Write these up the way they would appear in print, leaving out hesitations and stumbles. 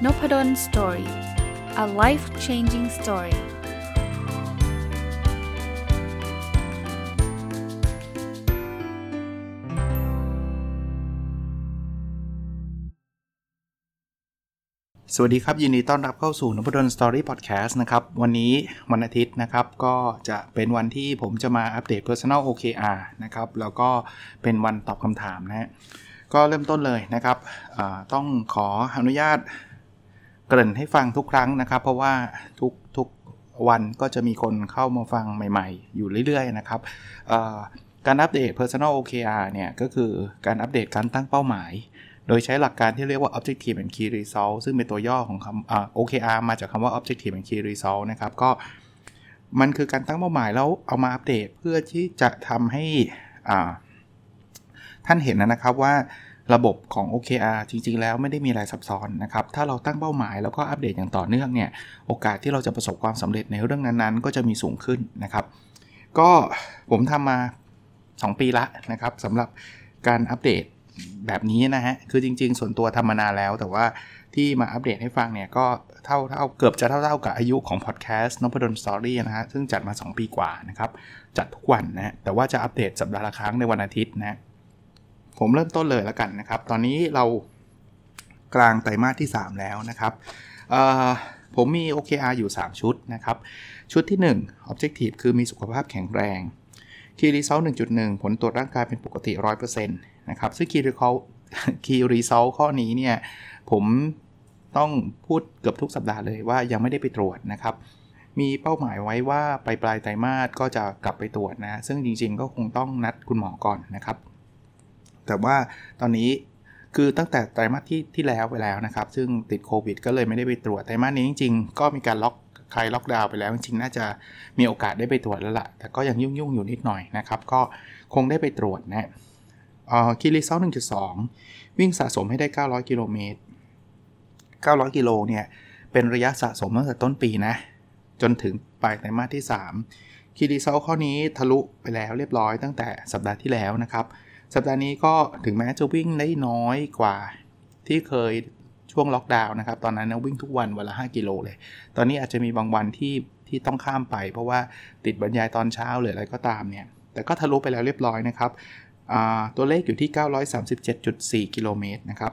Noppadan Story. A life-changing story. สวัสดีครับยินดีต้อนรับเข้าสู่ Noppadan Story Podcast นะครับวันนี้วันอาทิตย์นะครับก็จะเป็นวันที่ผมจะมาอัปเดต Personal OKR นะครับแล้วก็เป็นวันตอบคำถามนะฮะก็เริ่มต้นเลยนะครับต้องขออนุญาตเกริ่นให้ฟังทุกครั้งนะครับเพราะว่าทุกวันก็จะมีคนเข้ามาฟังใหม่ๆอยู่เรื่อยๆนะครับการอัปเดต Personal OKR เนี่ยก็คือการอัปเดตการตั้งเป้าหมายโดยใช้หลักการที่เรียกว่า Objective and Key Result ซึ่งเป็นตัวย่อของคำOKR มาจากคำว่า Objective and Key Result นะครับก็มันคือการตั้งเป้าหมายแล้วเอามาอัปเดตเพื่อที่จะทำให้ท่านเห็นนะครับว่าระบบของ OKR จริงๆแล้วไม่ได้มีอะไรซับซ้อนนะครับถ้าเราตั้งเป้าหมายแล้วก็อัปเดตอย่างต่อเนื่องเนี่ยโอกาสที่เราจะประสบความสำเร็จในเรื่องนั้นๆก็จะมีสูงขึ้นนะครับก็ผมทำมา2ปีละนะครับสำหรับการอัปเดตแบบนี้นะฮะคือจริงๆส่วนตัวทำมานานแล้วแต่ว่าที่มาอัปเดตให้ฟังเนี่ยก็เท่าเกือบจะเท่ากับอายุของพอดแคสต์ Noppadan Story นะฮะซึ่งจัดมา2ปีกว่านะครับจัดทุกวันนะแต่ว่าจะอัปเดตสัปดาห์ละครั้งในวันอาทิตย์นะผมเริ่มต้นเลยแล้วกันนะครับตอนนี้เรากลางไตรมาสที่3แล้วนะครับผมมี OKR อยู่3ชุดนะครับชุดที่1 Objective คือมีสุขภาพแข็งแรง Key Result 1.1 ผลตรวจร่างกายเป็นปกติ 100%นะครับซึ่ง Key Result ข้อนี้เนี่ยผมต้องพูดเกือบทุกสัปดาห์เลยว่ายังไม่ได้ไปตรวจนะครับมีเป้าหมายไว้ว่าปลายไตรมาสก็จะกลับไปตรวจนะซึ่งจริงๆก็คงต้องนัดคุณหมอก่อนนะครับแต่ว่าตอนนี้คือตั้งแต่ไตรมาสที่แล้วไปแล้วนะครับซึ่งติดโควิดก็เลยไม่ได้ไปตรวจไตรมาสนี้จริงๆก็มีการล็อกดาวน์ไปแล้วจริงๆน่าจะมีโอกาสได้ไปตรวจแล้วล่ะแต่ก็ยังยุ่งอยู่นิดหน่อยนะครับก็คงได้ไปตรวจนะKey Result 1.2 วิ่งสะสมให้ได้900กิโลเมตร900กิโลเนี่ยเป็นระยะสะสมตั้งแต่ต้นปีนะจนถึงปลายไตรมาสที่3 Key Result ข้อนี้ทะลุไปแล้วเรียบร้อยตั้งแต่สัปดาห์ที่แล้วนะครับสัปดาห์นี้ก็ถึงแม้จะวิ่งได้น้อยกว่าที่เคยช่วงล็อกดาวน์นะครับตอนนั้นวิ่งทุกวันละ5กิโลเลยตอนนี้อาจจะมีบางวันที่ต้องข้ามไปเพราะว่าติดบรรยายตอนเช้าหรืออะไรก็ตามเนี่ยแต่ก็ทะลุไปแล้วเรียบร้อยนะครับตัวเลขอยู่ที่ 937.4 กิโลเมตรนะครับ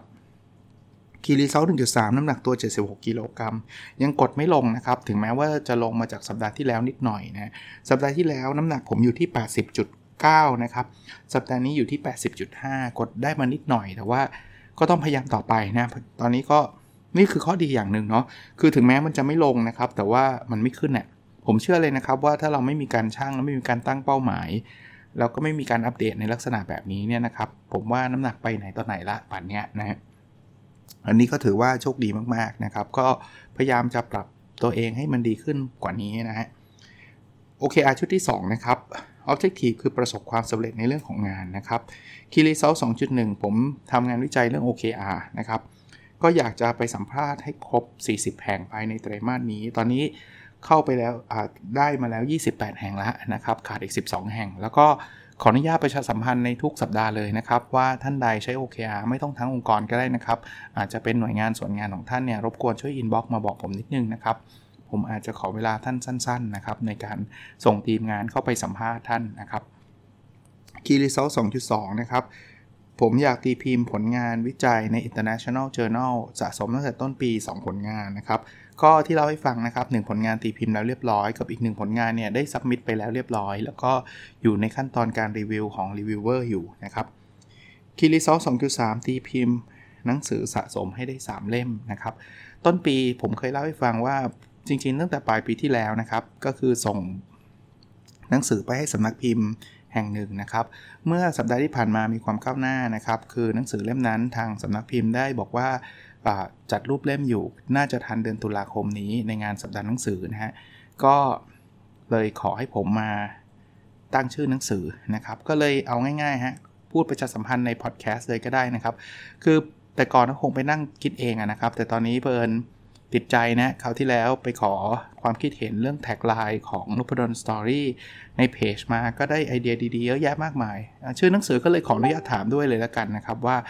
Key Result 1.3 น้ำหนักตัว76กิโลกรัมยังกดไม่ลงนะครับถึงแม้ว่าจะลงมาจากสัปดาห์ที่แล้วนิดหน่อยนะสัปดาห์ที่แล้วน้ำหนักผมอยู่ที่ 80.9 นะครับสัปดาห์นี้อยู่ที่ 80.5 กดได้มานิดหน่อยแต่ว่าก็ต้องพยายามต่อไปนะตอนนี้ก็นี่คือข้อดีอย่างหนึ่งเนาะคือถึงแม้มันจะไม่ลงนะครับแต่ว่ามันไม่ขึ้นเนี่ยผมเชื่อเลยนะครับว่าถ้าเราไม่มีการชั่งและไม่มีการตั้งเป้าหมายแล้วก็ไม่มีการอัปเดตในลักษณะแบบนี้เนี่ยนะครับผมว่าน้ำหนักไปไหนต่อไหนละป่านนี้นะฮะอันนี้ก็ถือว่าโชคดีมากๆนะครับก็พยายามจะปรับตัวเองให้มันดีขึ้นกว่านี้นะฮะOKR ชุดที่2นะครับ Objective คือประสบความสำเร็จในเรื่องของงานนะครับ Key Result 2.1 ผมทำงานวิจัยเรื่อง OKR นะครับก็อยากจะไปสัมภาษณ์ให้ครบ40แห่งภายในไตรมาสนี้ตอนนี้เข้าไปแล้วได้มาแล้ว28แห่งแล้วนะครับขาดอีก12แห่งแล้วก็ขออนุญาตประชาสัมพันธ์ในทุกสัปดาห์เลยนะครับว่าท่านใดใช้ OKR ไม่ต้องทั้งองค์กรก็ได้นะครับอาจจะเป็นหน่วยงานส่วนงานของท่านเนี่ยรบกวนช่วย inbox มาบอกผมนิดนึงนะครับผมอาจจะขอเวลาท่านสั้นๆนะครับในการส่งทีมงานเข้าไปสัมภาษณ์ท่านนะครับ Key Result 2.2 นะครับผมอยากตีพิมพ์ผลงานวิจัยใน International Journal สะสมตั้งแต่ต้นปี2ผลงานนะครับก็ที่เล่าให้ฟังนะครับ1ผลงานตีพิมพ์แล้วเรียบร้อยกับอีก1ผลงานเนี่ยได้ซับมิตไปแล้วเรียบร้อยแล้วก็อยู่ในขั้นตอนการรีวิวของรีวิวเวอร์อยู่นะครับ Key Result 2.3 ตีพิมพ์หนังสือสะสมให้ได้3เล่มนะครับต้นปีผมเคยเล่าให้ฟังว่าจริงๆตั้งแต่ปลายปีที่แล้วนะครับก็คือส่งหนังสือไปให้สำนักพิมพ์แห่งหนึ่งนะครับเมื่อสัปดาห์ที่ผ่านมามีความก้าวหน้านะครับคือหนังสือเล่มนั้นทางสำนักพิมพ์ได้บอกว่าจัดรูปเล่มอยู่น่าจะทันเดือนตุลาคมนี้ในงานสัปดาห์หนังสือนะฮะก็เลยขอให้ผมมาตั้งชื่อหนังสือนะครับก็เลยเอาง่ายๆฮะพูดประชาสัมพันธ์ในพอดแคสต์เลยก็ได้นะครับคือแต่ก่อนก็คงไปนั่งคิดเองนะครับแต่ตอนนี้เพิ่นติดใจนะคราวที่แล้วไปขอความคิดเห็นเรื่องแท็กไลน์ของ Noppadan Story ในเพจมาก็ได้ไอเดียดีๆเยอะแยะมากมายชื่อหนังสือก็เลยขออนุญาตถามด้วยเลยละกันนะครับว่า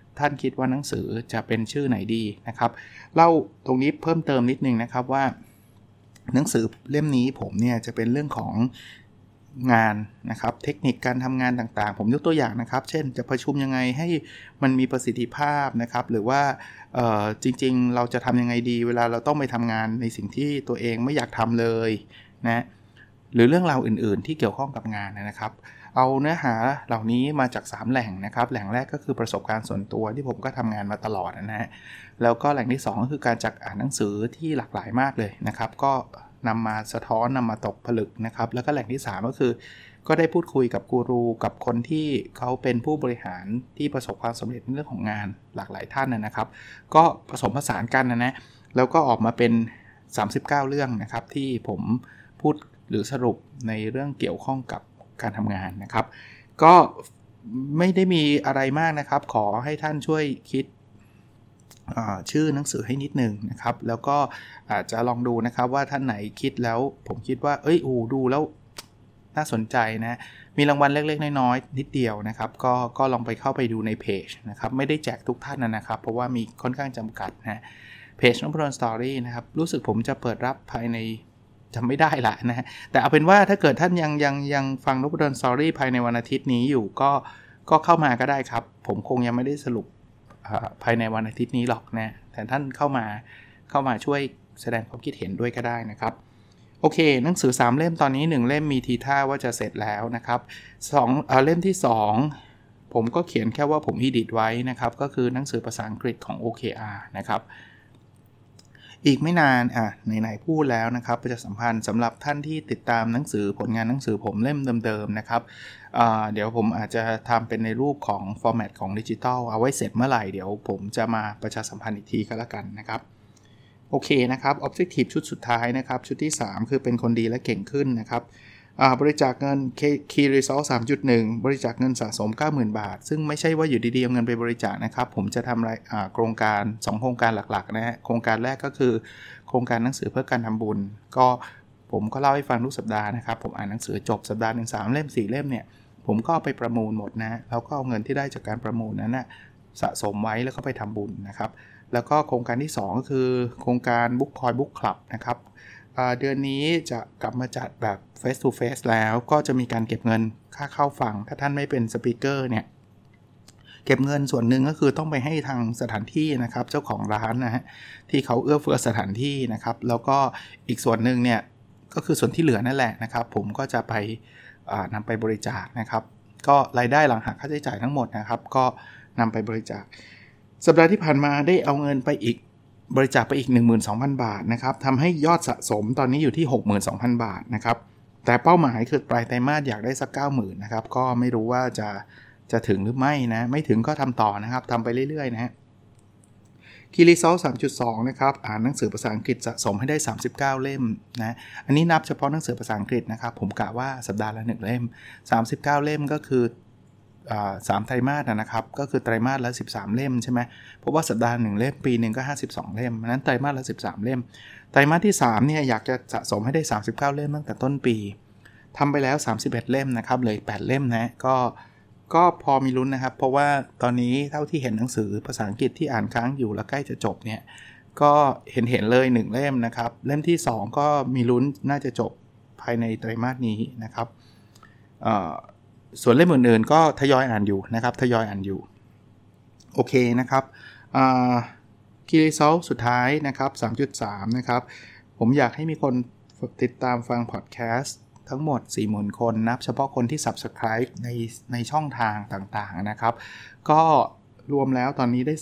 ท่านคิดว่าหนังสือจะเป็นชื่อไหนดีนะครับเล่าตรงนี้เพิ่มเติมนิดนึงนะครับว่าหนังสือเล่มนี้ผมเนี่ยจะเป็นเรื่องของงานนะครับเทคนิคการทำงานต่างๆผมยกตัวอย่างนะครับเช่นจะประชุมยังไงให้มันมีประสิทธิภาพนะครับหรือว่าจริงๆเราจะทำยังไงดีเวลาเราต้องไปทำงานในสิ่งที่ตัวเองไม่อยากทำเลยนะหรือเรื่องราวอื่นๆที่เกี่ยวข้องกับงานนะครับเอาเนื้อหาเหล่านี้มาจาก3แหล่งนะครับแหล่งแรกก็คือประสบการณ์ส่วนตัวที่ผมก็ทำงานมาตลอดนะฮะแล้วก็แหล่งที่2ก็คือการจากอ่านหนังสือที่หลากหลายมากเลยนะครับก็นำมาสะท้อนนำมาตกผลึกนะครับแล้วก็แหล่งที่3ก็คือก็ได้พูดคุยกับกูรูกับคนที่เขาเป็นผู้บริหารที่ประสบความสำเร็จในเรื่องของงานหลากหลายท่านนะครับก็ผสมผสานกันนะแล้วก็ออกมาเป็น39เรื่องนะครับที่ผมพูดหรือสรุปในเรื่องเกี่ยวข้องกับการทำงานนะครับก็ไม่ได้มีอะไรมากนะครับขอให้ท่านช่วยคิดชื่อหนังสือให้นิดนึงนะครับแล้วก็อาจจะลองดูนะครับว่าท่านไหนคิดแล้วผมคิดว่าดูแล้วน่าสนใจนะมีรางวัลเล็กๆน้อยๆนิดเดียวนะครับก็ลองไปเข้าไปดูในเพจนะครับไม่ได้แจกทุกท่านนะครับเพราะว่ามีค่อนข้างจำกัดนะเพจนพดลสตอรี่นะครับรู้สึกผมจะเปิดรับภายในจำไม่ได้ละนะฮะแต่เอาเป็นว่าถ้าเกิดท่านยังฟังนพดลสตอรี่ภายในวันอาทิตย์นี้อยู่ก็เข้ามาก็ได้ครับผมคงยังไม่ได้สรุปภายในวันอาทิตย์นี้หรอกนะแต่ท่านเข้ามาช่วยแสดงความคิดเห็นด้วยก็ได้นะครับโอเคหนังสือ3เล่มตอนนี้1เล่มมีทีท่าว่าจะเสร็จแล้วนะครับเล่มที่2ผมก็เขียนแค่ว่าผมอีดิทไว้นะครับก็คือหนังสือภาษาอังกฤษของ OKR นะครับอีกไม่นานไหนๆพูดแล้วนะครับประชาสัมพันธ์สำหรับท่านที่ติดตามหนังสือผลงานหนังสือผมเล่มเดิมๆนะครับเดี๋ยวผมอาจจะทำเป็นในรูปของฟอร์แมตของดิจิทัลเอาไว้เสร็จเมื่อไหร่เดี๋ยวผมจะมาประชาสัมพันธ์อีกทีก็แล้วกันนะครับโอเคนะครับ Objective ชุดสุดท้ายนะครับชุดที่3คือเป็นคนดีและเก่งขึ้นนะครับบริจาคเงิน Key Result 3.1 บริจาคเงินสะสม 90,000 บาทซึ่งไม่ใช่ว่าอยู่ดีๆเอาเงินไปบริจาคนะครับผมจะทำโครงการ2โครงการหลักๆนะฮะโครงการแรกก็คือโครงการหนังสือเพื่อการทำบุญก็ผมก็เล่าให้ฟังทุกสัปดาห์นะครับผมอ่านหนังสือจบสัปดาห์นึง3เล่ม4เล่มเนี่ยผมก็ไปประมูลหมดนะแล้วก็เอาเงินที่ได้จากการประมูลนั้นนะสะสมไว้แล้วก็ไปทำบุญนะครับแล้วก็โครงการที่2ก็คือโครงการ Book Point Book Club นะครับเดือนนี้จะกลับมาจัดแบบ face to face แล้วก็จะมีการเก็บเงินค่าเข้าฟังถ้าท่านไม่เป็นสปีกเกอร์เนี่ยเก็บเงินส่วนหนึ่งก็คือต้องไปให้ทางสถานที่นะครับเจ้าของร้านนะฮะที่เขาเอื้อเฟื้อสถานที่นะครับแล้วก็อีกส่วนหนึ่งเนี่ยก็คือส่วนที่เหลือนั่นแหละนะครับผมก็จะไปนำไปบริจาคนะครับก็รายได้หลังหักค่าใช้จ่ายทั้งหมดนะครับก็นำไปบริจาคสัปดาห์ที่ผ่านมาได้เอาเงินไปอีกบริจาคไปอีก 12,000 บาทนะครับทำให้ยอดสะสมตอนนี้อยู่ที่ 62,000 บาทนะครับแต่เป้าหมายคือปลายไตรมาสอยากได้สัก 90,000 นะครับก็ไม่รู้ว่าจะถึงหรือไม่นะไม่ถึงก็ทำต่อนะครับทำไปเรื่อยๆนะฮะคีรีซอล 3.2 นะครับอ่านหนังสือภาษาอังกฤษสะสมให้ได้39เล่มนะอันนี้นับเฉพาะหนังสือภาษาอังกฤษนะครับผมกะว่าสัปดาห์ละ1เล่ม39เล่มก็คือ3ไตรมาสนะครับก็คือไตรมาสละ13เล่มใช่ไหมเพราะว่าสัปดาห์1เล่มปีนึงก็52เล่มนั้นไตรมาสละ13เล่มไตรมาสที่3เนี่ยอยากจะสะสมให้ได้39เล่มตั้งแต่ต้นปีทำไปแล้ว31เล่มนะครับเหลืออีก8เล่มนะก็พอมีลุ้นนะครับเพราะว่าตอนนี้เท่าที่เห็นหนังสือภาษาอังกฤษที่อ่านค้างอยู่แล้วใกล้จะจบเนี่ยก็เห็นเลย1เล่มนะครับเล่มที่2ก็มีลุ้นน่าจะจบภายในไตรมาสนี้นะครับส่วนเล่มอื่นๆก็ทยอยอ่านอยู่นะครับทยอยอ่านอยู่โอเคนะครับคีย์รีซัลต์สุดท้ายนะครับ 3.3 นะครับผมอยากให้มีคนติดตามฟังพอดแคสต์ทั้งหมด 40,000 คนนับเฉพาะคนที่ Subscribe ในช่องทางต่างๆนะครับก็รวมแล้วตอนนี้ได้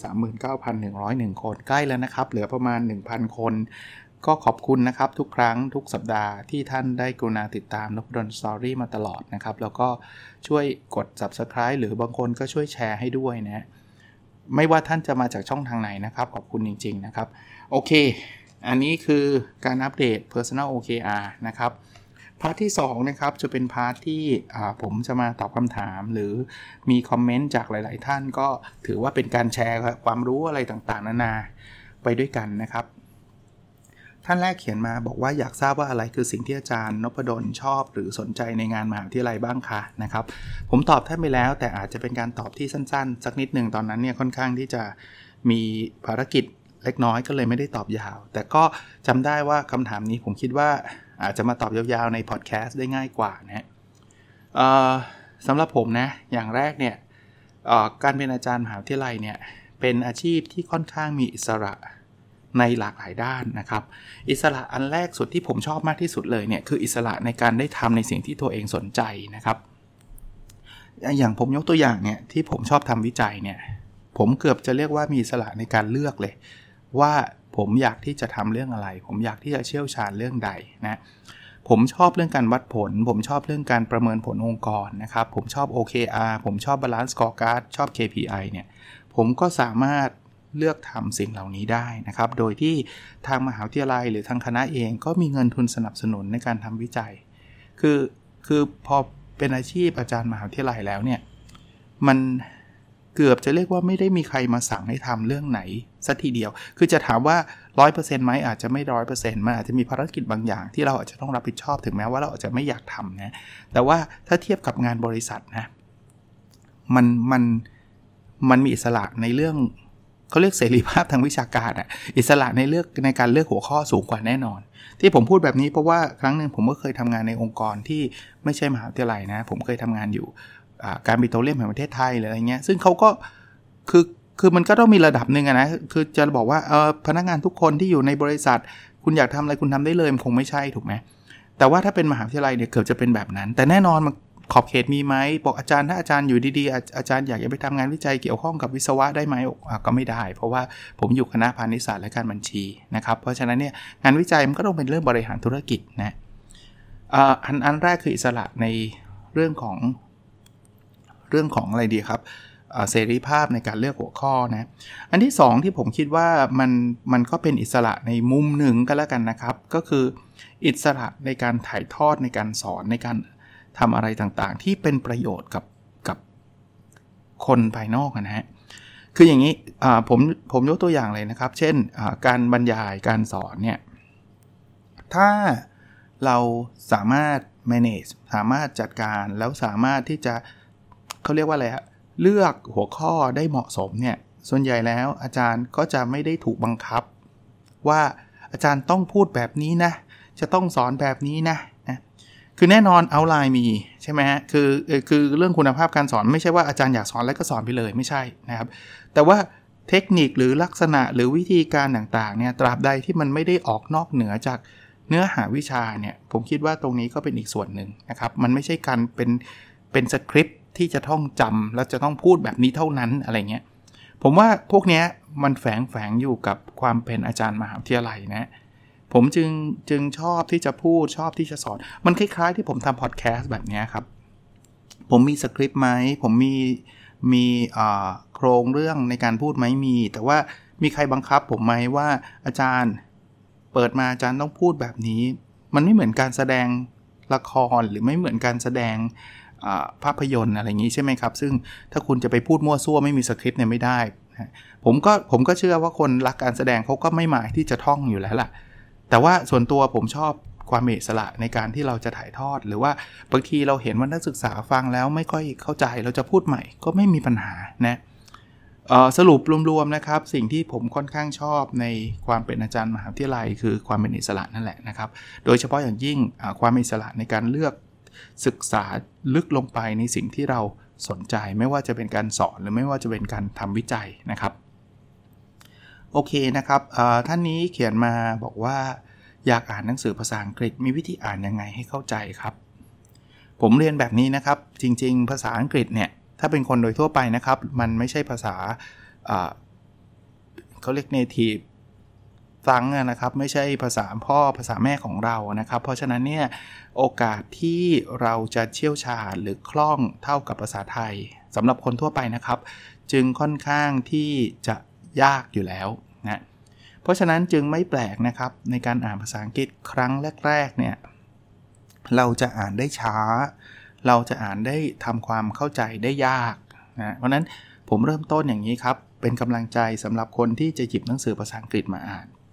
39,101 คนใกล้แล้วนะครับเหลือประมาณ 1,000 คนก็ขอบคุณนะครับทุกครั้งทุกสัปดาห์ที่ท่านได้กรุณาติดตามนพดลสตอรี่มาตลอดนะครับแล้วก็ช่วยกด Subscribe หรือบางคนก็ช่วยแชร์ให้ด้วยนะไม่ว่าท่านจะมาจากช่องทางไหนนะครับขอบคุณจริงๆนะครับโอเคอันนี้คือการอัปเดต Personal OKR นะครับพาร์ทที่2นะครับจะเป็นพาร์ทที่ผมจะมาตอบคำถามหรือมีคอมเมนต์จากหลายๆท่านก็ถือว่าเป็นการแชร์ความรู้อะไรต่างๆนานาไปด้วยกันนะครับท่านแรกเขียนมาบอกว่าอยากทราบว่าอะไรคือสิ่งที่อาจารย์นพดลชอบหรือสนใจในงานมหาวิทยาลัยบ้างคะนะครับผมตอบท่านไปแล้วแต่อาจจะเป็นการตอบที่สั้นๆสักนิดนึงตอนนั้นเนี่ยค่อนข้างที่จะมีภารกิจเล็กน้อยก็เลยไม่ได้ตอบยาวแต่ก็จำได้ว่าคำถามนี้ผมคิดว่าอาจจะมาตอบยาวๆในพอดแคสต์ได้ง่ายกว่านะสำหรับผมนะอย่างแรกเนี่ยการเป็นอาจารย์มหาวิทยาลัยเนี่ยเป็นอาชีพที่ค่อนข้างมีอิสระในหลากหลายด้านนะครับอิสระอันแรกสุดที่ผมชอบมากที่สุดเลยเนี่ยคืออิสระในการได้ทำในสิ่งที่ตัวเองสนใจนะครับอย่างผมยกตัวอย่างเนี่ยที่ผมชอบทำวิจัยเนี่ยผมเกือบจะเรียกว่ามีอิสระในการเลือกเลยว่าผมอยากที่จะทำเรื่องอะไรผมอยากที่จะเชี่ยวชาญเรื่องใดนะผมชอบเรื่องการวัดผลผมชอบเรื่องการประเมินผลองค์กรนะครับผมชอบ OKR ผมชอบ Balance Scorecard ชอบ KPI เนี่ยผมก็สามารถเลือกทำสิ่งเหล่านี้ได้นะครับโดยที่ทางมหาวิทยาลัยหรือทางคณะเองก็มีเงินทุนสนับสนุนในการทำวิจัยคือพอเป็นอาชีพอาจารย์มหาวิทยาลัยแล้วเนี่ยมันเกือบจะเรียกว่าไม่ได้มีใครมาสั่งให้ทำเรื่องไหนสักทีเดียวคือจะถามว่า 100% ไหมอาจจะไม่ 100% มันอาจจะมีภารกิจบางอย่างที่เราอาจจะต้องรับผิดชอบถึงแม้ว่าเราอาจจะไม่อยากทำนะแต่ว่าถ้าเทียบกับงานบริษัทนะมันมีอิสระในเรื่องเขาเรียกเสรีภาพทางวิชาการอิสระในการเลือกหัวข้อสูงกว่าแน่นอนที่ผมพูดแบบนี้เพราะว่าครั้งนึงผมก็เคยทำงานในองค์กรที่ไม่ใช่มหาวิทยาลัยนะผมเคยทำงานอยู่การปิโตรเลียมแห่งประเทศไทยหรืออะไรเงี้ยซึ่งเขาก็คือมันก็ต้องมีระดับนึงนะคือจะบอกว่าพนักงานทุกคนที่อยู่ในบริษัทคุณอยากทำอะไรคุณทำได้เลยมันคงไม่ใช่ถูกไหมแต่ว่าถ้าเป็นมหาวิทยาลัยเนี่ยเกือบจะเป็นแบบนั้นแต่แน่นอนมันขอบเขตมีไหมบอกอาจารย์ถ้าอาจารย์อยู่ดีๆอาจารย์อยากจะไปทำงานวิจัยเกี่ยวข้องกับวิศวะได้ไหมก็ไม่ได้เพราะว่าผมอยู่คณะพาณิชยศาสตร์และการบัญชีนะครับเพราะฉะนั้นเนี่ยงานวิจัยมันก็ต้องเป็นเรื่องบริหารธุรกิจนะอันแรกคืออิสระในเรื่องของอะไรดีครับเสรีภาพในการเลือกหัวข้อนะอันที่2ที่ผมคิดว่ามันก็เป็นอิสระในมุมหนึ่งก็แล้วกันนะครับก็คืออิสระในการถ่ายทอดในการสอนในการทำอะไรต่างๆที่เป็นประโยชน์กับคนภายนอกนะฮะคืออย่างนี้ผมยกตัวอย่างเลยนะครับเช่นการบรรยายการสอนเนี่ยถ้าเราสามารถ manage สามารถจัดการแล้วสามารถที่จะเขาเรียกว่าอะไรฮะเลือกหัวข้อได้เหมาะสมเนี่ยส่วนใหญ่แล้วอาจารย์ก็จะไม่ได้ถูกบังคับว่าอาจารย์ต้องพูดแบบนี้นะจะต้องสอนแบบนี้นะคือแน่นอนเอาไลน์มีใช่ไหมฮะคือเรื่องคุณภาพการสอนไม่ใช่ว่าอาจารย์อยากสอนแล้วก็สอนไปเลยไม่ใช่นะครับแต่ว่าเทคนิคหรือลักษณะหรือวิธีการต่างๆเนี่ยตราบใดที่มันไม่ได้ออกนอกเหนือจากเนื้อหาวิชาเนี่ยผมคิดว่าตรงนี้ก็เป็นอีกส่วนหนึ่งนะครับมันไม่ใช่การเป็นสคริปต์ที่จะต้องจำแล้วจะต้องพูดแบบนี้เท่านั้นอะไรเงี้ยผมว่าพวกนี้มันแฝงอยู่กับความเป็นอาจารย์มหาวิทยาลัยนะผมจึงชอบที่จะพูดชอบที่จะสอนมันคล้ายๆที่ผมทำพอดแคสต์แบบนี้ครับผมมีสคริปต์ไหมผมมีโครงเรื่องในการพูดไหมมีแต่ว่ามีใครบังคับผมไหมว่าอาจารย์เปิดมาอาจารย์ต้องพูดแบบนี้มันไม่เหมือนการแสดงละครหรือไม่เหมือนการแสดงภาพยนตร์อะไรอย่างนี้ใช่ไหมครับซึ่งถ้าคุณจะไปพูดมั่วซั่วไม่มีสคริปต์เนี่ยไม่ได้ผมก็เชื่อว่าคนรักการแสดงเขาก็ไม่หมายที่จะท่องอยู่แล้วล่ะแต่ว่าส่วนตัวผมชอบความอิสระในการที่เราจะถ่ายทอดหรือว่าบางทีเราเห็นว่านักศึกษาฟังแล้วไม่ค่อยเข้าใจเราจะพูดใหม่ก็ไม่มีปัญหานะสรุปรวมๆนะครับสิ่งที่ผมค่อนข้างชอบในความเป็นอาจารย์มหาวิทยาลัยคือความเป็นอิสระนั่นแหละนะครับโดยเฉพาะอย่างยิ่งความอิสระในการเลือกศึกษาลึกลงไปในสิ่งที่เราสนใจไม่ว่าจะเป็นการสอนหรือไม่ว่าจะเป็นการทำวิจัยนะครับโอเคนะครับท่านนี้เขียนมาบอกว่าอยากอ่านหนังสือภาษาอังกฤษมีวิธีอ่านยังไงให้เข้าใจครับผมเรียนแบบนี้นะครับจริงๆภาษาอังกฤษเนี่ยถ้าเป็นคนโดยทั่วไปนะครับมันไม่ใช่ภาษาเขาเรียก native ฟังนะครับไม่ใช่ภาษาพ่อภาษาแม่ของเรานะครับเพราะฉะนั้นเนี่ยโอกาสที่เราจะเชี่ยวชาญหรือคล่องเท่ากับภาษาไทยสำหรับคนทั่วไปนะครับจึงค่อนข้างที่จะยากอยู่แล้วนะเพราะฉะนั้นจึงไม่แปลกนะครับในการอ่านภาษาอังกฤษครั้งแรกๆเนี่ยเราจะอ่านได้ช้าเราจะอ่านได้ทำความเข้าใจได้ยากนะเพราะนั้นผมเริ่มต้นอย่างนี้ครับเป็นกำลังใจสำหรับคนที่จะหยิบหนังสือภาษาอังกฤษมาอ่าน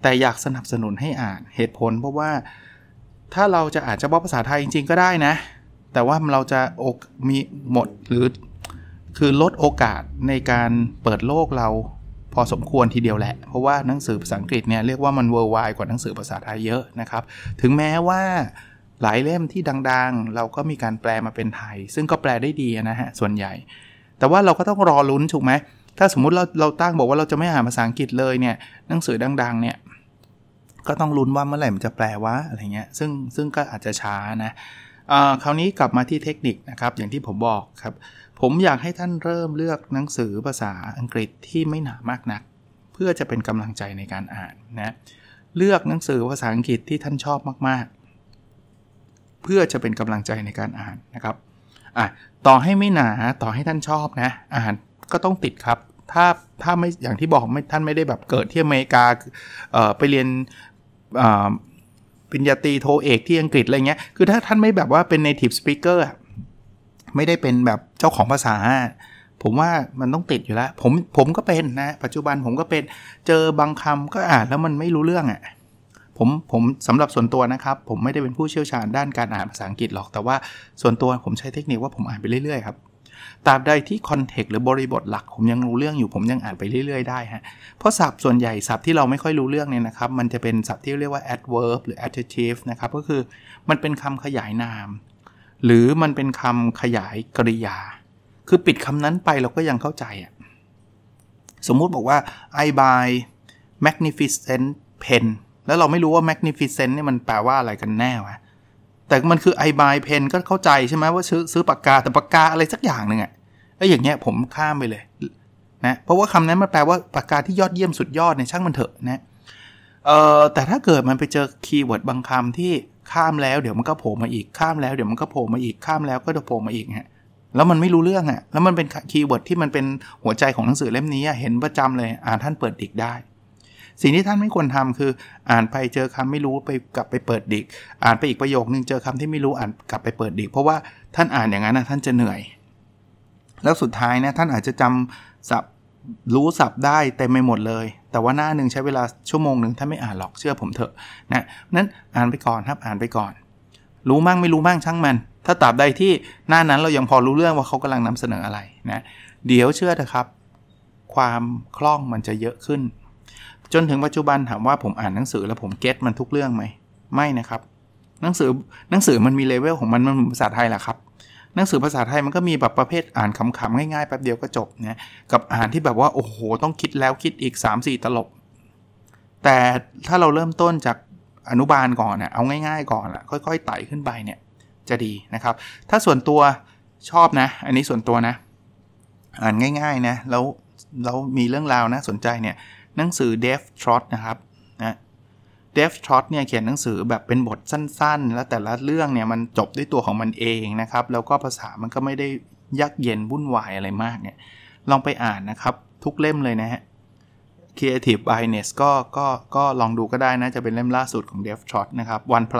แต่อยากสนับสนุนให้อ่านเหตุผลเพราะว่าถ้าเราจะอ่านเฉพาะภาษาไทยจริงๆก็ได้นะแต่ว่าเราจะมีหมดหรือคือลดโอกาสในการเปิดโลกเราพอสมควรทีเดียวแหละเพราะว่าหนังสือภาษาอังกฤษเนี่ยเรียกว่ามัน worldwide กว่าหนังสือภาษาไทยเยอะนะครับถึงแม้ว่าหลายเล่มที่ดังๆเราก็มีการแปลมาเป็นไทยซึ่งก็แปลได้ดีนะฮะส่วนใหญ่แต่ว่าเราก็ต้องรอลุ้นถูกไหมถ้าสมมุติเราตั้งบอกว่าเราจะไม่อ่านภาษาอังกฤษเลยเนี่ยหนังสือดังๆเนี่ยก็ต้องลุ้นว่าเมื่อไหร่มันจะแปลวะอะไรเงี้ยซึ่งก็อาจจะช้านะคราวนี้กลับมาที่เทคนิคนะครับอย่างที่ผมบอกครับผมอยากให้ท่านเริ่มเลือกหนังสือภาษาอังกฤษที่ไม่หนามากนักเพื่อจะเป็นกำลังใจในการอ่านนะเลือกหนังสือภาษาอังกฤษที่ท่านชอบมากๆเพื่อจะเป็นกำลังใจในการอ่านนะครับต่อให้ไม่หนาต่อให้ท่านชอบนะอ่านก็ต้องติดครับถ้าไม่อย่างที่บอกไม่ท่านไม่ได้แบบเกิดที่อเมริกาไปเรียนปริญญาตรีโทเอกที่อังกฤษอะไรเงี้ยคือถ้าท่านไม่แบบว่าเป็น native speaker ไม่ได้เป็นแบบเจ้าของภาษาผมว่ามันต้องติดอยู่แล้วผมก็เป็นนะปัจจุบันผมก็เป็นเจอบางคำก็อ่านแล้วมันไม่รู้เรื่องผมสำหรับส่วนตัวนะครับผมไม่ได้เป็นผู้เชี่ยวชาญด้านการอ่านภาษาอังกฤษหรอกแต่ว่าส่วนตัวผมใช้เทคนิคว่าผมอ่านไปเรื่อยๆครับตราบใดที่คอนเทกต์หรือบริบทหลักผมยังรู้เรื่องอยู่ผมยังอ่านไปเรื่อยๆได้ฮะเพราะศัพท์ส่วนใหญ่ศัพท์ที่เราไม่ค่อยรู้เรื่องเนี่ยนะครับมันจะเป็นศัพท์ที่เรียกว่า adverb หรือ adjective นะครับก็คือมันเป็นคำขยายนามหรือมันเป็นคำขยายกริยาคือปิดคำนั้นไปเราก็ยังเข้าใจสมมุติบอกว่า I buy magnificent pen แล้วเราไม่รู้ว่า magnificent นี่มันแปลว่าอะไรกันแน่วะแต่มันคือ I buy pen ก็เข้าใจใช่ไหมว่าซื้อปากกาแต่ปากกาอะไรสักอย่างนึงอย่างเงี้ยผมข้ามไปเลยนะเพราะว่าคำนั้นมันแปลว่าปากกาที่ยอดเยี่ยมสุดยอดเนี่ยช่างมันเถอะนะแต่ถ้าเกิดมันไปเจอคีย์เวิร์ดบางคำที่ข้ามแล้วเดี๋ยวมันก็โผล่มาอีกข้ามแล้วเดี๋ยวมันก็โผล่มาอีกข้ามแล้วก็จะโผล่มาอีกแล้วมันไม่รู้เรื่องแล้วมันเป็นคีย์เวิร์ดที่มันเป็นหัวใจของหนังสือเล่มนี้เห็นประจำเลยท่านเปิดดิกได้สิ่งที่ท่านไม่ควรทำคืออ่านไปเจอคำไม่รู้ไปกลับไปเปิดดิกอ่านไปอีกประโยคนึงเจอคำที่ไม่รู้อ่านกลับไปเปิดดิกเพราะว่าท่านอ่านอย่างนั้นท่านจะเหนื่อยแล้วสุดท้ายนะท่านอาจจะจำศัพท์รู้ศัพท์ได้เต็มไปหมดเลยแต่ว่าหน้านึงใช้เวลาชั่วโมงนึงท่านไม่อ่านหรอกเชื่อผมเถอะนะนั้นอ่านไปก่อนครับอ่านไปก่อนรู้มั่งไม่รู้มั่งช่างมันถ้าตราบใดที่หน้านั้นเรายังพอรู้เรื่องว่าเขากำลังนำเสนออะไรนะเดี๋ยวเชื่อเถอะครับความคล่องมันจะเยอะขึ้นจนถึงปัจจุบันถามว่าผมอ่านหนังสือแล้วผมเก็ทมันทุกเรื่องไหมไม่นะครับหนังสือมันมีเลเวลของมันภาษาไทยแหละครับหนังสือภาษาไทยมันก็มีแบบประเภทอ่านขำๆง่ายๆแป๊บเดียวก็จบนะกับอ่านที่แบบว่าโอ้โหต้องคิดแล้วคิดอีก 3-4 ตลบแต่ถ้าเราเริ่มต้นจากอนุบาลก่อนเอาง่ายๆก่อนค่อยๆไต่ขึ้นไปเนี่ยจะดีนะครับถ้าส่วนตัวชอบนะอันนี้ส่วนตัวนะอ่านง่ายๆนะแล้วมีเรื่องราวนะสนใจเนี่ยหนังสือ Dev Trot นะครับนะ Dev Trot เนี่ยเขียนหนังสือแบบเป็นบทสั้นๆแล้วแต่ละเรื่องเนี่ยมันจบด้วยตัวของมันเองนะครับแล้วก็ภาษามันก็ไม่ได้ยักเย็นวุ่นวายอะไรมากเนี่ยลองไปอ่านนะครับทุกเล่มเลยนะฮะ Creative Bias ก็ลองดูก็ได้นะจะเป็นเล่มล่าสุดของ Dev Trot นะครับ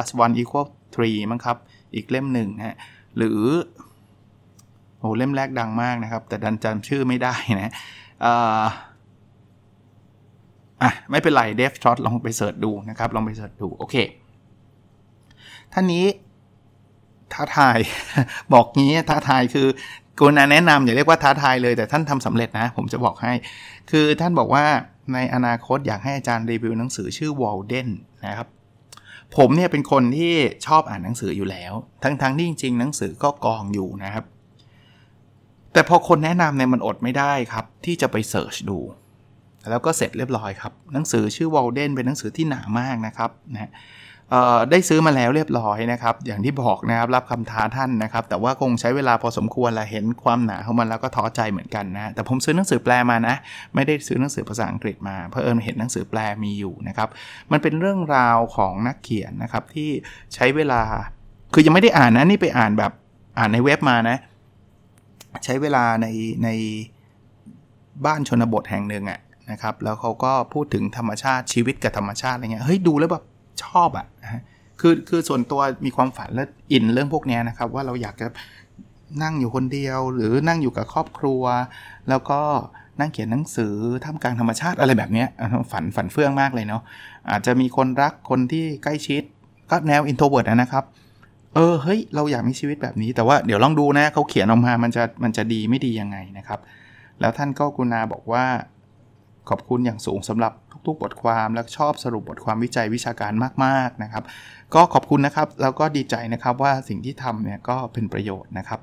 1+1=3 มั้งครับอีกเล่มหนึ่งนะหรือเล่มแรกดังมากนะครับแต่ดันจำชื่อไม่ได้นะไม่เป็นไร Dev Trot ลองไปเสิร์ชดูนะครับลองไปเสิร์ชดูโอเคท่านนี้ท้าทาย บอกงี้ท้าทายคือกรุณาแนะนำอย่าเรียกว่าท้าทายเลยแต่ท่านทำสำเร็จนะผมจะบอกให้คือท่านบอกว่าในอนาคตอยากให้อาจารย์รีวิวหนังสือชื่อ Walden นะครับผมเนี่ยเป็นคนที่ชอบอ่านหนังสืออยู่แล้วทั้งที่จริงๆหนังสือก็กองอยู่นะครับแต่พอคนแนะนำเนี่ยมันอดไม่ได้ครับที่จะไปเสิร์ชดูแล้วก็เสร็จเรียบร้อยครับหนังสือชื่อ Walden เป็นหนังสือที่หนามากนะครับนะได้ซื้อมาแล้วเรียบร้อยนะครับอย่างที่บอกนะครับรับคำท้าท่านนะครับแต่ว่าคงใช้เวลาพอสมควรละเห็นความหนาของมันแล้วก็ท้อใจเหมือนกันนะแต่ผมซื้อหนังสือแปลมานะไม่ได้ซื้อหนังสือภาษาอังกฤษมาเพราะเห็นหนังสือแปลมีอยู่นะครับมันเป็นเรื่องราวของนักเขียนนะครับที่ใช้เวลาคือยังไม่ได้อ่านนะนี่ไปอ่านแบบอ่านในเว็บมานะใช้เวลาในบ้านชนบทแห่งหนึ่งนะครับแล้วเขาก็พูดถึงธรรมชาติชีวิตกับธรรมชาติอะไรเงี้ยเฮ้ยดูแล้วแบบชอบคือส่วนตัวมีความฝันและอินเรื่องพวกนี้นะครับว่าเราอยากจะนั่งอยู่คนเดียวหรือนั่งอยู่กับครอบครัวแล้วก็นั่งเขียนหนังสือท่ามกลางธรรมชาติอะไรแบบนี้ฝันเฟื่องมากเลยเนาะอาจจะมีคนรักคนที่ใกล้ชิดก็แนว introvert นะครับเฮ้ยเราอยากมีชีวิตแบบนี้แต่ว่าเดี๋ยวลองดูนะเขาเขียนออกมามันจะดีไม่ดียังไงนะครับแล้วท่านก็กรุณาบอกว่าขอบคุณอย่างสูงสำหรับทุกๆบทความและชอบสรุปบทความวิจัยวิชาการมากๆนะครับก็ขอบคุณนะครับแล้วก็ดีใจนะครับว่าสิ่งที่ทำเนี่ยก็เป็นประโยชน์นะครับ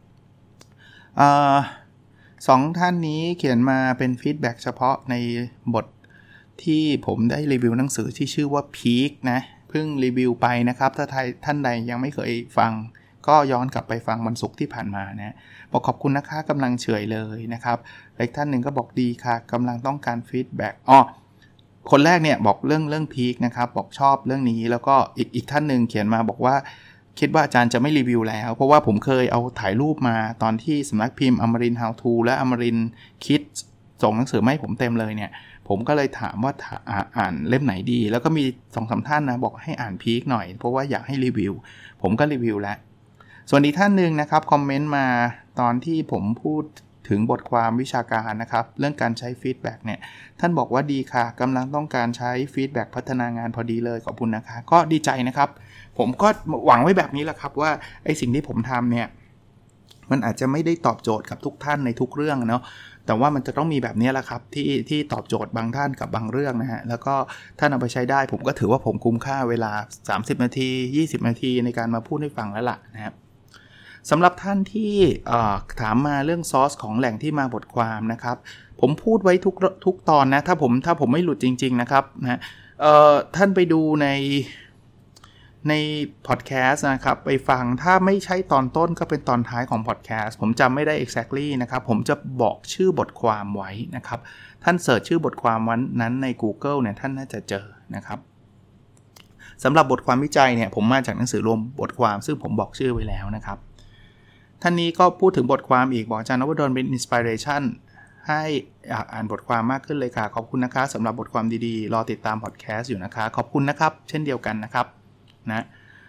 สองท่านนี้เขียนมาเป็นฟีดแบ็กเฉพาะในบทที่ผมได้รีวิวหนังสือที่ชื่อว่า Peak นะเพิ่งรีวิวไปนะครับถ้าท่านใดยังไม่เคยฟังก็ย้อนกลับไปฟังวันศุกร์ที่ผ่านมานะบอกขอบคุณนะคะกำลังเฉยเลยนะครับอีกท่านหนึ่งก็บอกดีค่ะกำลังต้องการฟีดแบ็กคนแรกเนี่ยบอกเรื่อง Peak นะครับบอกชอบเรื่องนี้แล้วก็อีกท่านหนึ่งเขียนมาบอกว่าคิดว่าอาจารย์จะไม่รีวิวแล้วเพราะว่าผมเคยเอาถ่ายรูปมาตอนที่สำนักพิมพ์อมรินทร์ How to และอมรินทร์คิดส่งหนังสือมาให้ผมเต็มเลยเนี่ยผมก็เลยถามว่าอ่านเล่มไหนดีแล้วก็มี 2-3 ท่านนะบอกให้อ่านพีคหน่อยเพราะว่าอยากให้รีวิวผมก็รีวิวแล้วส่วนอีกท่านนึงนะครับคอมเมนต์มาตอนที่ผมพูดถึงบทความวิชาการนะครับเรื่องการใช้ฟีดแบ็กเนี่ยท่านบอกว่าดีค่ะกำลังต้องการใช้ฟีดแบ็กพัฒนางานพอดีเลยขอบคุณนะคะก็ดีใจนะครับผมก็หวังไว้แบบนี้แหละครับว่าไอ้สิ่งที่ผมทำเนี่ยมันอาจจะไม่ได้ตอบโจทย์กับทุกท่านในทุกเรื่องเนาะแต่ว่ามันจะต้องมีแบบนี้แหละครับที่ตอบโจทย์บางท่านกับบางเรื่องนะฮะแล้วก็ท่านเอาไปใช้ได้ผมก็ถือว่าผมคุ้มค่าเวลา30นาที20นาทีในการมาพูดให้ฟังแล้วล่ะนะครับสำหรับท่านที่ถามมาเรื่องซอสของแหล่งที่มาบทความนะครับผมพูดไว้ทุกตอนนะถ้าผมไม่หลุดจริงๆนะครับนะท่านไปดูในพอดแคสต์นะครับไปฟังถ้าไม่ใช่ตอนต้นก็เป็นตอนท้ายของพอดแคสต์ผมจำไม่ได้ exactly นะครับผมจะบอกชื่อบทความไว้นะครับท่านเสิร์ชชื่อบทความนั้นใน Google เนี่ยท่านน่าจะเจอนะครับสำหรับบทความวิจัยเนี่ยผมมาจากหนังสือรวมบทความซึ่งผมบอกชื่อไว้แล้วนะครับท่านนี้ก็พูดถึงบทความอีกบอกอาจารย์นพดลเป็น inspiration ให้อ่านบทความมากขึ้นเลยค่ะขอบคุณนะคะสำหรับบทความดีๆรอติดตามพอดแคสต์อยู่นะคะขอบคุณนะครับเช่นเดียวกันนะครับนะ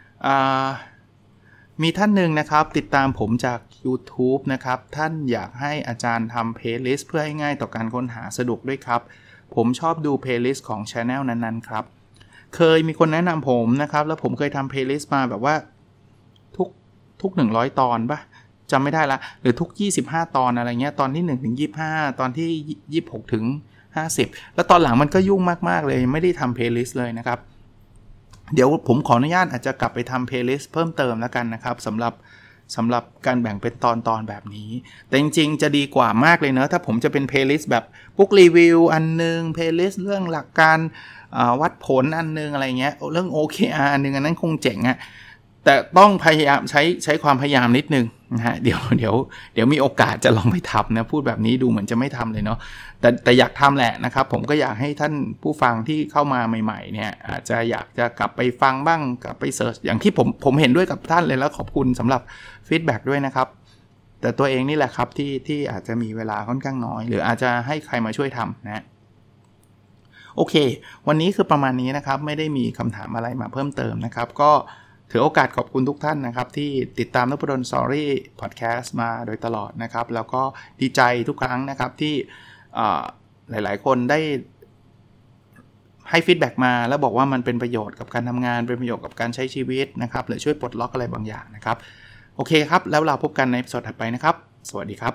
มีท่านหนึ่งนะครับติดตามผมจาก YouTube นะครับท่านอยากให้อาจารย์ทำ playlist เพื่อให้ง่ายต่อการค้นหาสะดวกด้วยครับผมชอบดู playlist ของ channel นั้นๆครับเคยมีคนแนะนำผมนะครับแล้วผมเคยทำ playlist มาแบบว่าทุก100ตอนป่ะจำไม่ได้ละหรือทุก25ตอนอะไรเงี้ยตอนที่1ถึง25ตอนที่26ถึง50แล้วตอนหลังมันก็ยุ่งมากๆเลยไม่ได้ทำ playlist เลยนะครับเดี๋ยวผมขออนุญาตอาจจะกลับไปทำ playlist เพิ่มเติมแล้วกันนะครับสำหรับการแบ่งเป็นตอนแบบนี้แต่จริงๆจะดีกว่ามากเลยเนอะถ้าผมจะเป็น playlist แบบพวกรีวิวอันนึง playlist เรื่องหลักการวัดผลอันนึงอะไรเงี้ยเรื่อง OKR อันนึงอันนั้นคงเจ๋งอะแต่ต้องพยายามใช้ความพยายามนิดนึงนะฮะเดี๋ยวมีโอกาสจะลองไปทำนะพูดแบบนี้ดูเหมือนจะไม่ทำเลยเนาะแต่อยากทำแหละนะครับผมก็อยากให้ท่านผู้ฟังที่เข้ามาใหม่ๆเนี่ยอาจจะอยากจะกลับไปฟังบ้างกลับไปเสิร์ชอย่างที่ผมเห็นด้วยกับท่านเลยแล้วขอบคุณสำหรับฟีดแบ็กด้วยนะครับแต่ตัวเองนี่แหละครับที่อาจจะมีเวลาค่อนข้างน้อยหรืออาจจะให้ใครมาช่วยทำนะโอเควันนี้คือประมาณนี้นะครับไม่ได้มีคำถามอะไรมาเพิ่มเติมนะครับก็ถือโอกาสขอบคุณทุกท่านนะครับที่ติดตามนพดลสตอรี่พอดแคสต์มาโดยตลอดนะครับแล้วก็ดีใจทุกครั้งนะครับที่หลายๆคนได้ให้ฟีดแบ็กมาแล้วบอกว่ามันเป็นประโยชน์กับการทำงานเป็นประโยชน์กับการใช้ชีวิตนะครับหรือช่วยปลดล็อกอะไรบางอย่างนะครับโอเคครับแล้วเราพบกันในตอนถัดไปนะครับสวัสดีครับ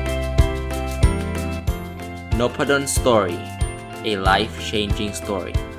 Noppadan Story, a life-changing story.